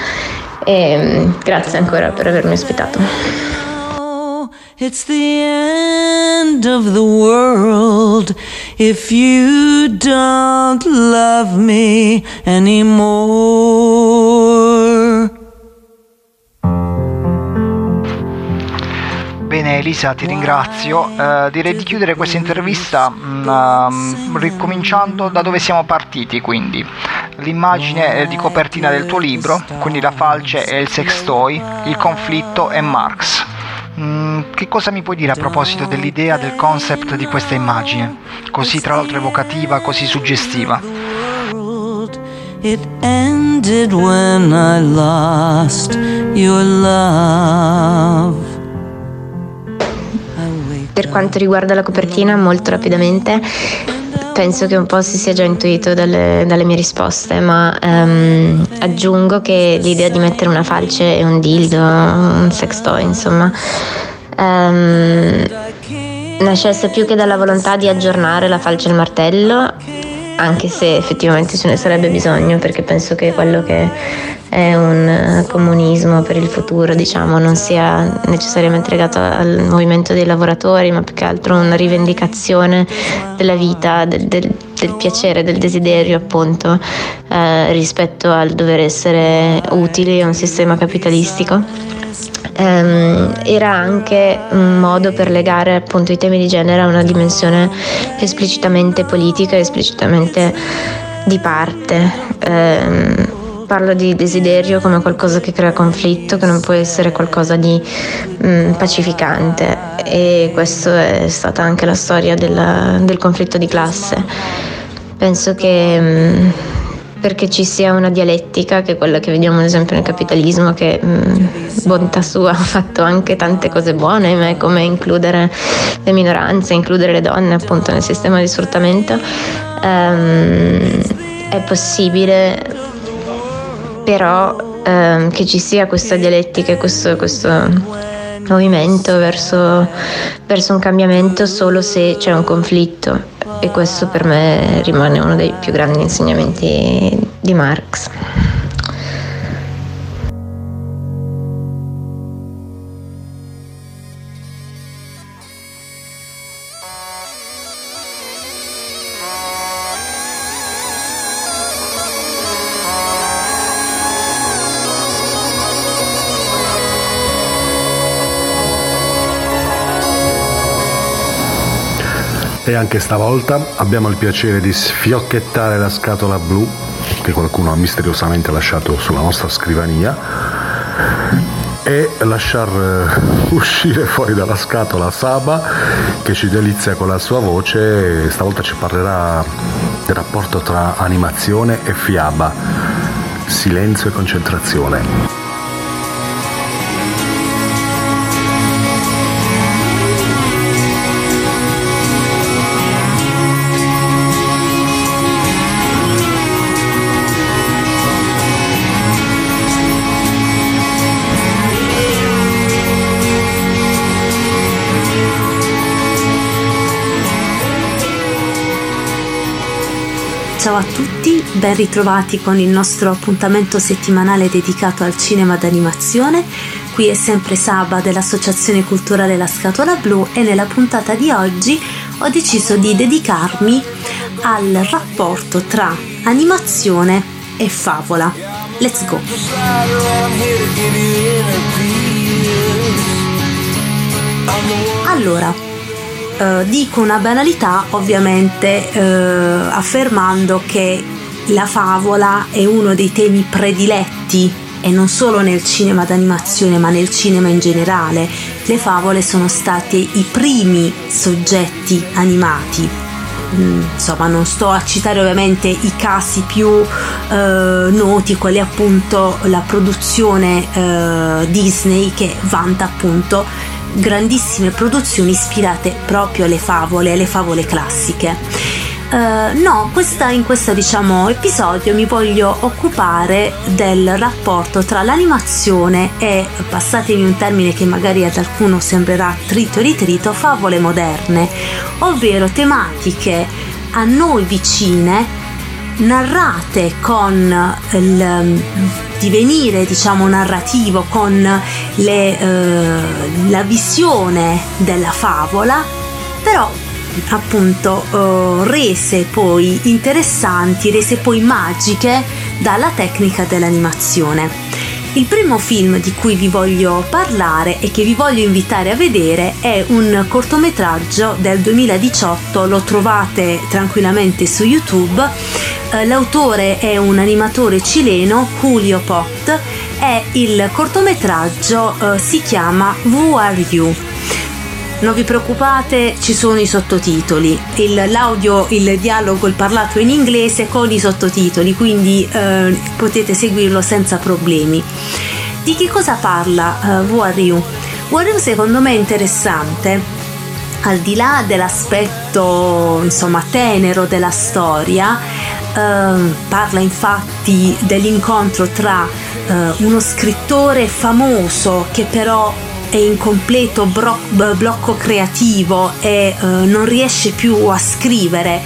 S12: e grazie ancora per avermi ospitato.
S7: It's the end of the world if you don't love me anymore.
S10: Bene Elisa, ti ringrazio. Uh, direi di chiudere questa intervista um, ricominciando da dove siamo partiti, quindi l'immagine di copertina del tuo libro, quindi la falce e il sex toy, il conflitto e Marx. Mm, che cosa mi puoi dire a proposito dell'idea, del concept di questa immagine, così tra l'altro evocativa, così suggestiva?
S7: It ended when I lost your love.
S12: Per quanto riguarda la copertina, molto rapidamente, penso che un po' si sia già intuito dalle, dalle mie risposte, ma um, aggiungo che l'idea di mettere una falce e un dildo, un sex toy, insomma, um, nascesse più che dalla volontà di aggiornare la falce e il martello, anche se effettivamente ce ne sarebbe bisogno, perché penso che quello che è un comunismo per il futuro, diciamo, non sia necessariamente legato al movimento dei lavoratori, ma più che altro una rivendicazione della vita, del, del, del piacere, del desiderio, appunto, eh, rispetto al dover essere utili a un sistema capitalistico. Um, era anche un modo per legare appunto i temi di genere a una dimensione esplicitamente politica, esplicitamente di parte. Um, parlo di desiderio come qualcosa che crea conflitto, che non può essere qualcosa di um, pacificante, e questa è stata anche la storia della, del conflitto di classe. Penso che um, perché ci sia una dialettica, che è quella che vediamo ad esempio nel capitalismo, che mh, bontà sua ha fatto anche tante cose buone, ma come includere le minoranze, includere le donne appunto nel sistema di sfruttamento. Um, è possibile però um, che ci sia questa dialettica e questo, questo movimento verso, verso un cambiamento solo se c'è un conflitto, e questo per me rimane uno dei più grandi insegnamenti di Marx.
S11: E anche stavolta abbiamo il piacere di sfiocchettare la scatola blu che qualcuno ha misteriosamente lasciato sulla nostra scrivania e lasciar uscire fuori dalla scatola Saba, che ci delizia con la sua voce. E stavolta ci parlerà del rapporto tra animazione e fiaba, silenzio e concentrazione.
S13: Ciao a tutti, ben ritrovati con il nostro appuntamento settimanale dedicato al cinema d'animazione. Qui è sempre Saba dell'Associazione Culturale La Scatola Blu, e nella puntata di oggi ho deciso di dedicarmi al rapporto tra animazione e favola. Let's go! Allora, Uh, dico una banalità ovviamente uh, affermando che la favola è uno dei temi prediletti, e non solo nel cinema d'animazione ma nel cinema in generale. Le favole sono state i primi soggetti animati. Mm, insomma, non sto a citare ovviamente i casi più uh, noti, quelli appunto la produzione uh, Disney, che vanta appunto grandissime produzioni ispirate proprio alle favole, alle favole classiche. Uh, no, questa, in questo diciamo episodio mi voglio occupare del rapporto tra l'animazione e, passatemi un termine che magari ad alcuno sembrerà trito e ritrito, favole moderne, ovvero tematiche a noi vicine, narrate con il divenire diciamo narrativo, con le, eh, la visione della favola, però appunto eh, rese poi interessanti, rese poi magiche dalla tecnica dell'animazione. Il primo film di cui vi voglio parlare e che vi voglio invitare a vedere è un cortometraggio del duemiladiciotto, lo trovate tranquillamente su YouTube. L'autore è un animatore cileno, Julio Pot, e il cortometraggio eh, si chiama Who Are You? Non vi preoccupate, ci sono i sottotitoli, il, l'audio, il dialogo, il parlato è in inglese con i sottotitoli, quindi eh, potete seguirlo senza problemi. Di che cosa parla uh, Who Are You? Who Are You secondo me è interessante, al di là dell'aspetto insomma tenero della storia. Uh, parla infatti dell'incontro tra uh, uno scrittore famoso che però è in completo bro- blocco creativo e uh, non riesce più a scrivere,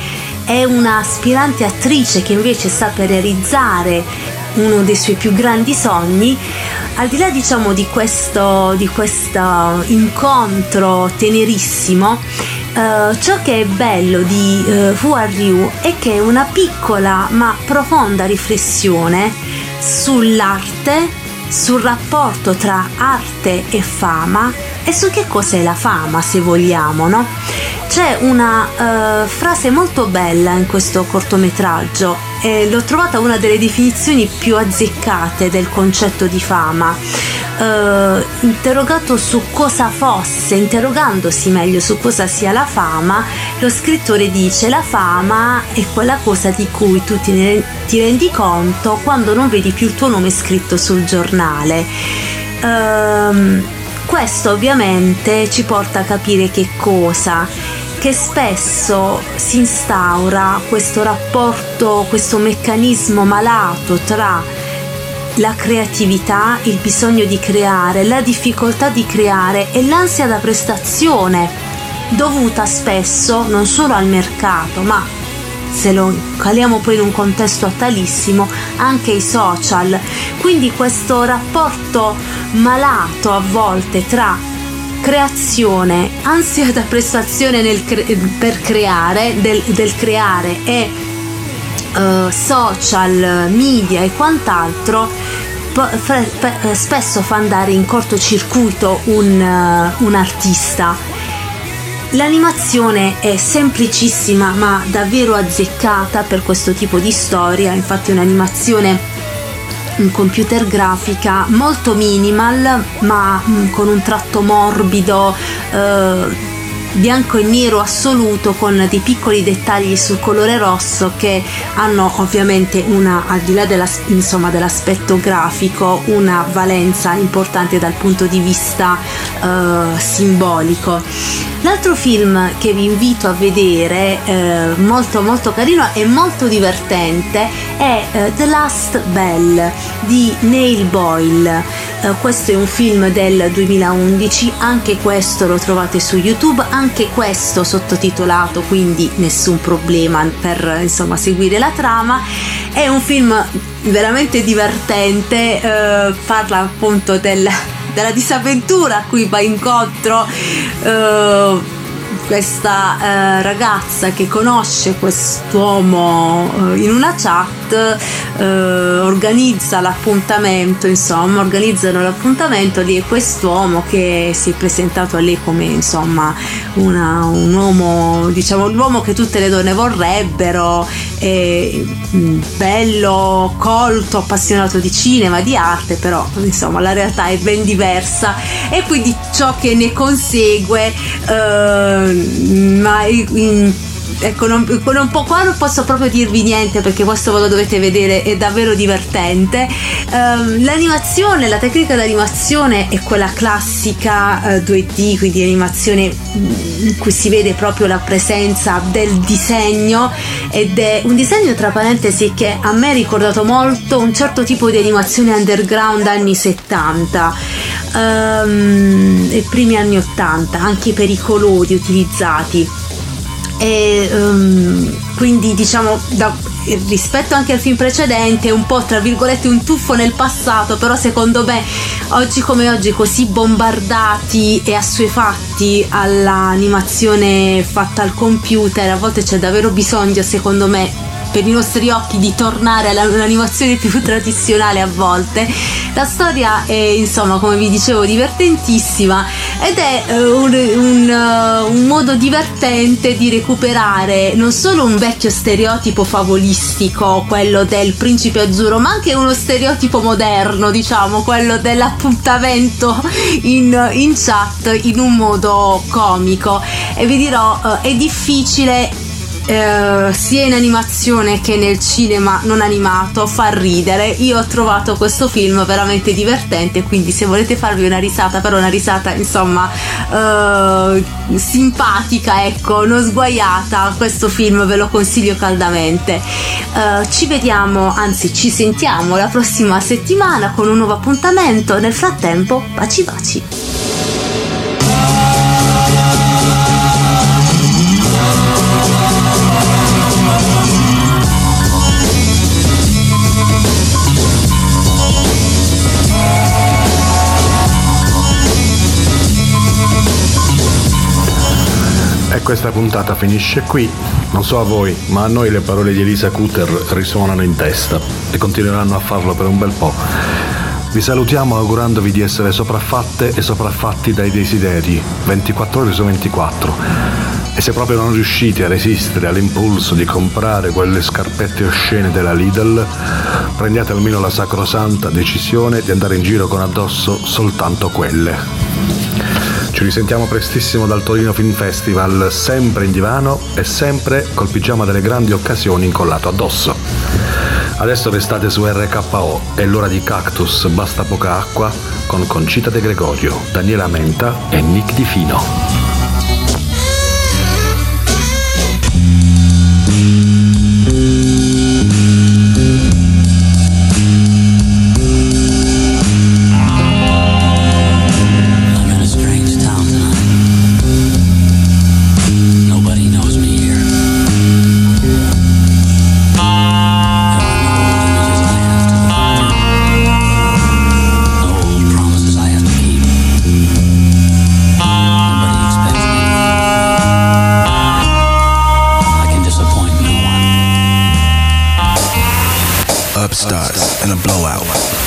S13: è una aspirante attrice che invece sta per realizzare uno dei suoi più grandi sogni. Al di là, diciamo, di questo, di questo incontro tenerissimo, uh, ciò che è bello di uh, Who Are You è che è una piccola ma profonda riflessione sull'arte, sul rapporto tra arte e fama e su che cos'è la fama, se vogliamo, no? C'è una uh, frase molto bella in questo cortometraggio e l'ho trovata una delle definizioni più azzeccate del concetto di fama. Uh, interrogato su cosa fosse, interrogandosi meglio su cosa sia la fama, lo scrittore dice: la fama è quella cosa di cui tu ti, ne, ti rendi conto quando non vedi più il tuo nome scritto sul giornale. Uh, questo ovviamente ci porta a capire che cosa? Che spesso si instaura questo rapporto, questo meccanismo malato tra la creatività, il bisogno di creare, la difficoltà di creare e l'ansia da prestazione, dovuta spesso non solo al mercato, ma se lo caliamo poi in un contesto attualissimo, anche ai social. Quindi questo rapporto malato a volte tra creazione, ansia da prestazione nel cre- per creare, del, del creare e uh, social, media e quant'altro, po- fre- pe- spesso fa andare in cortocircuito un, uh, un artista. L'animazione è semplicissima ma davvero azzeccata per questo tipo di storia, infatti è un'animazione in computer grafica molto minimal ma mh, con un tratto morbido, eh, bianco e nero assoluto, con dei piccoli dettagli sul colore rosso che hanno ovviamente una, al di là della, insomma, dell'aspetto grafico, una valenza importante dal punto di vista eh, simbolico. L'altro film che vi invito a vedere, eh, molto molto carino e molto divertente, è eh, The Last Bell di Neil Boyle. Eh, questo è un film del duemilaundici, anche questo lo trovate su YouTube, anche questo sottotitolato, quindi nessun problema per, insomma, seguire la trama. È un film veramente divertente, eh, parla appunto del della disavventura a cui va incontro uh, questa uh, ragazza che conosce quest'uomo uh, in una chat, uh, organizza l'appuntamento, insomma organizzano l'appuntamento lì, e quest'uomo che si è presentato a lei come, insomma, una, un uomo, diciamo l'uomo che tutte le donne vorrebbero, eh, bello, colto, appassionato di cinema, di arte, però insomma la realtà è ben diversa e quindi ciò che ne consegue, eh, ma in, ecco, non, non po- qua non posso proprio dirvi niente perché questo ve lo dovete vedere, è davvero divertente. Uh, l'animazione, la tecnica d'animazione è quella classica uh, due D, quindi animazione in cui si vede proprio la presenza del disegno, ed è un disegno, tra parentesi, che a me ha ricordato molto un certo tipo di animazione underground anni settanta um, e primi anni ottanta, anche per i colori utilizzati. E um, quindi, diciamo, da, rispetto anche al film precedente, un po' tra virgolette un tuffo nel passato, però secondo me oggi come oggi, così bombardati e assuefatti all'animazione fatta al computer, a volte c'è davvero bisogno, secondo me, per i nostri occhi, di tornare all'animazione più tradizionale a volte. La storia è, insomma, come vi dicevo, divertentissima, ed è uh, un, un, uh, un modo divertente di recuperare non solo un vecchio stereotipo favolistico, quello del principe azzurro, ma anche uno stereotipo moderno, diciamo, quello dell'appuntamento in, in chat, in un modo comico. E vi dirò, uh, è difficile Uh, sia in animazione che nel cinema non animato far ridere. Io ho trovato questo film veramente divertente, quindi se volete farvi una risata, però una risata, insomma, uh, simpatica, ecco, non sguaiata, questo film ve lo consiglio caldamente. Uh, ci vediamo, anzi ci sentiamo la prossima settimana con un nuovo appuntamento. Nel frattempo, baci baci.
S11: questa puntata finisce qui. Non so a voi, ma a noi le parole di Elisa Cutter risuonano in testa e continueranno a farlo per un bel po'. Vi salutiamo augurandovi di essere sopraffatte e sopraffatti dai desideri ventiquattro ore su ventiquattro. E se proprio non riuscite a resistere all'impulso di comprare quelle scarpette oscene della Lidl, prendete almeno la sacrosanta decisione di andare in giro con addosso soltanto quelle. Ci risentiamo prestissimo dal Torino Film Festival, sempre in divano e sempre col pigiama delle grandi occasioni incollato addosso. Adesso restate su R K O, è l'ora di Cactus, basta poca acqua, con Concita De Gregorio, Daniela Menta e Nick Di Fino.
S14: Upstarts and a blowout.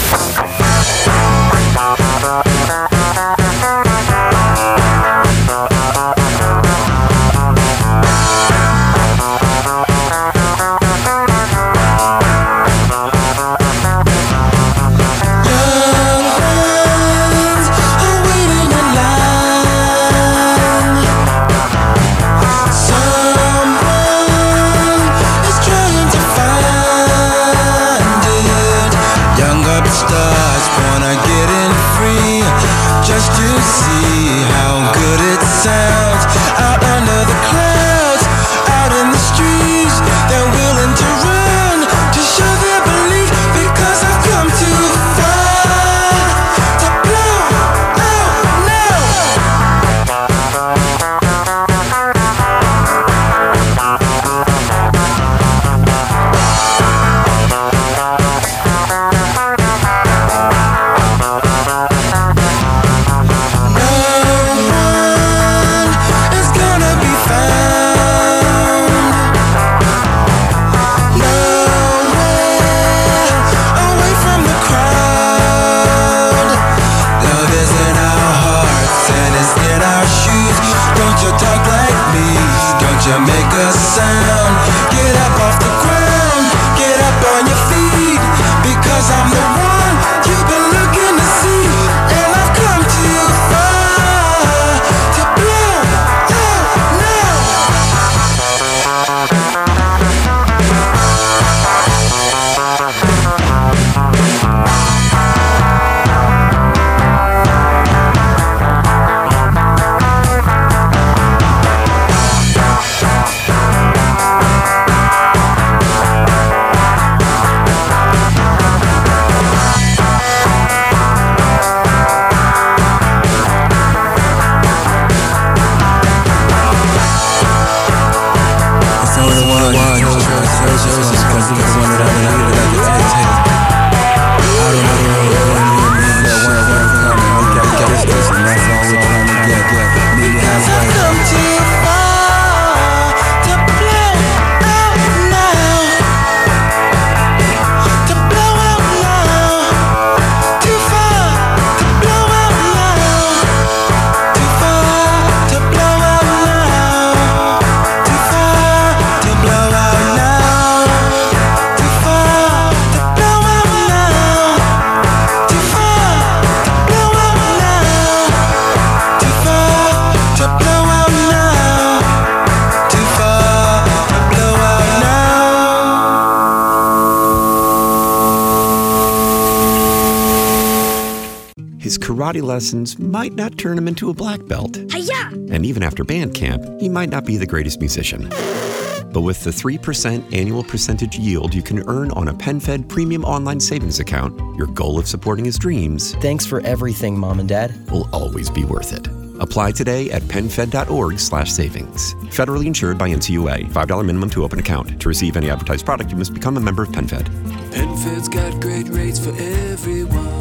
S15: His karate lessons might not turn him into a black belt.
S16: Hi-ya!
S15: And even after band camp, he might not be the greatest musician. But with the three percent annual percentage yield you can earn on a PenFed premium online savings account, your goal of supporting his dreams...
S17: Thanks for everything, Mom and Dad.
S15: ...will always be worth it. Apply today at PenFed.org slash savings. Federally insured by N C U A. five dollars minimum to open account. To receive any advertised product, you must become a member of PenFed.
S7: PenFed's got great rates for everyone.